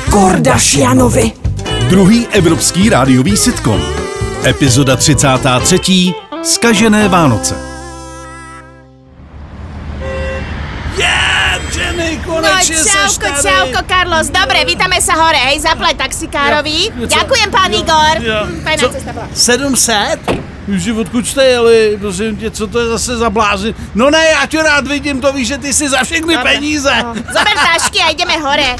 Kardashianovi. Druhý evropský rádiový sitcom. Epizoda 33. Zkažené Vánoce. Jenny, konečne seš tady. Čauko, Carlos. Dobre, vítame sa hore, hej, zaplať taxikárovi. Ďakujem, pán Igor. Fajná cesta bola. 700? Už odkud jste jeli, prosím tě, co to je zase za blázen? No ne, já tě rád vidím, to víš, že ty si za všechny peníze. Zober tašky a ideme hore.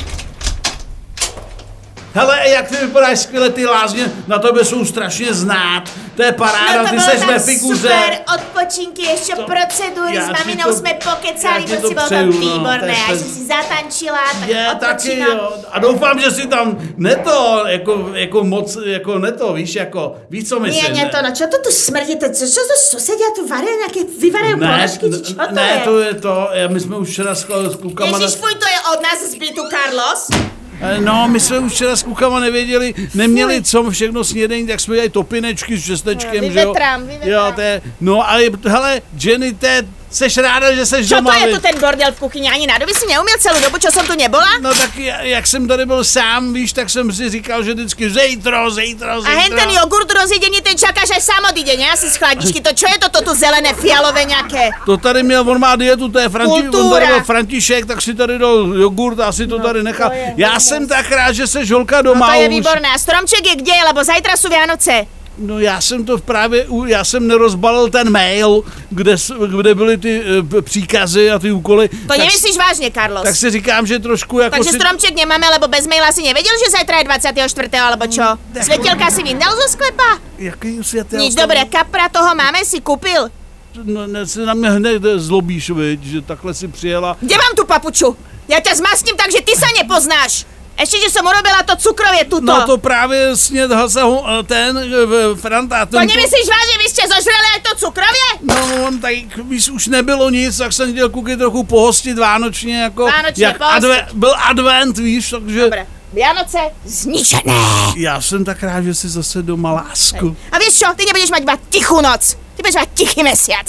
Hele, jak ty vypadáš skvěle, ty lázně, na tebe jsou strašně znát. To je paráda, No to ty bolo seš tam ve figuře. super, odpočinky, ešte procedúry, ja s ti maminou to- sme pokecali, ja ti to proste bolo to přeju, no, výborné, to je aj som si zatančila, tak Je, taky odpočínam. jo. A doufám, že si tam neto, jako moc, jako neto, víš, jako, víš, co myslím? Nie, to, no čo to tu smrdí, to, čo to susedia tu varia, nejaké vyvarajú ponožky, či čo to ne, je? to je to, my jsme už včera s klukama... Ježiš, fuj, to je od nás z bytu, Carlos. No, my jsme už včera s klukama neměli co všechno snědení, tak jsme dělali topinečky s česnečkem, že jo? Vyvetrám. Jo, to je, no ale hele, Jenny, seš ráda, že seš Čo doma, to je viď? tu ten bordel v kuchyni? Ani na doby si neumiel celú dobu, čo som tu nebola? No tak jak jsem tady byl sám, víš, tak jsem si říkal, že vždycky zítra. A hen ten jogurt rozjedený, ten čakáš, až sám odíde, ne? Asi z chladničky. To čo je toto tu zelené, fialové nejaké? To tady měl, on má dietu, to je Kultura. on tady byl František, tak si tady dal jogurt a si to tady nechal. Já jsem tak rád, že seš holka doma No to je už. výborné. A stromček je kde? Lebo zajtra sú Vianoce. No já jsem to já jsem nerozbalil ten mail, kde byly ty příkazy a ty úkoly. To nemyslíš vážne, Carlos? Tak si říkám, že trošku jako Takže stromček nemáme, lebo bez maila si nevedel, že zajtra je 24. alebo čo? Svetelka si vyndal zo sklepa? Jaký světel? Nič, dobre, kapra toho máme, si kúpil. No, si na mě hned zlobíš, viď, že takhle si přijela. Kde mám tú papuču? Ja ťa zmastím tak, že ty sa nepoznáš. Ešte, že som urobila to cukrovie tuto. No to právě snědl se ten Franta. To nemyslíš vážne, vy ste zožrali aj to cukrovie? No on tak, víš, už nebylo nic, tak jsem chtěl kuky trochu pohostit vánočně, jako Vánočně jak pohostit. byl advent, víš, takže... Dobre, Vianoce zničené. Já jsem tak rád, že jsi zase doma, lásku. A vieš čo, ty nebudeš mať iba tichú noc. Ty budeš mať tichý mesiac.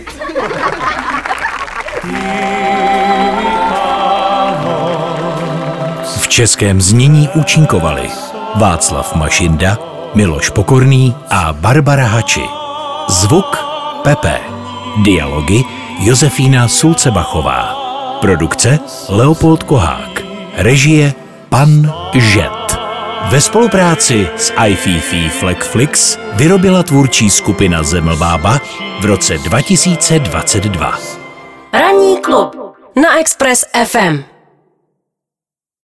V českém znění účinkovali Václav Mašinda, Miloš Pokorný a Barbara Hači. Zvuk Pepe. Dialogy Josefína Sulcebachová. Produkce Leopold Kohák. Režie Pan Žet. Ve spolupráci s iFiFi Flexflix vyrobila tvůrčí skupina Zemlbába v roce 2022. Ranní klub na Express FM.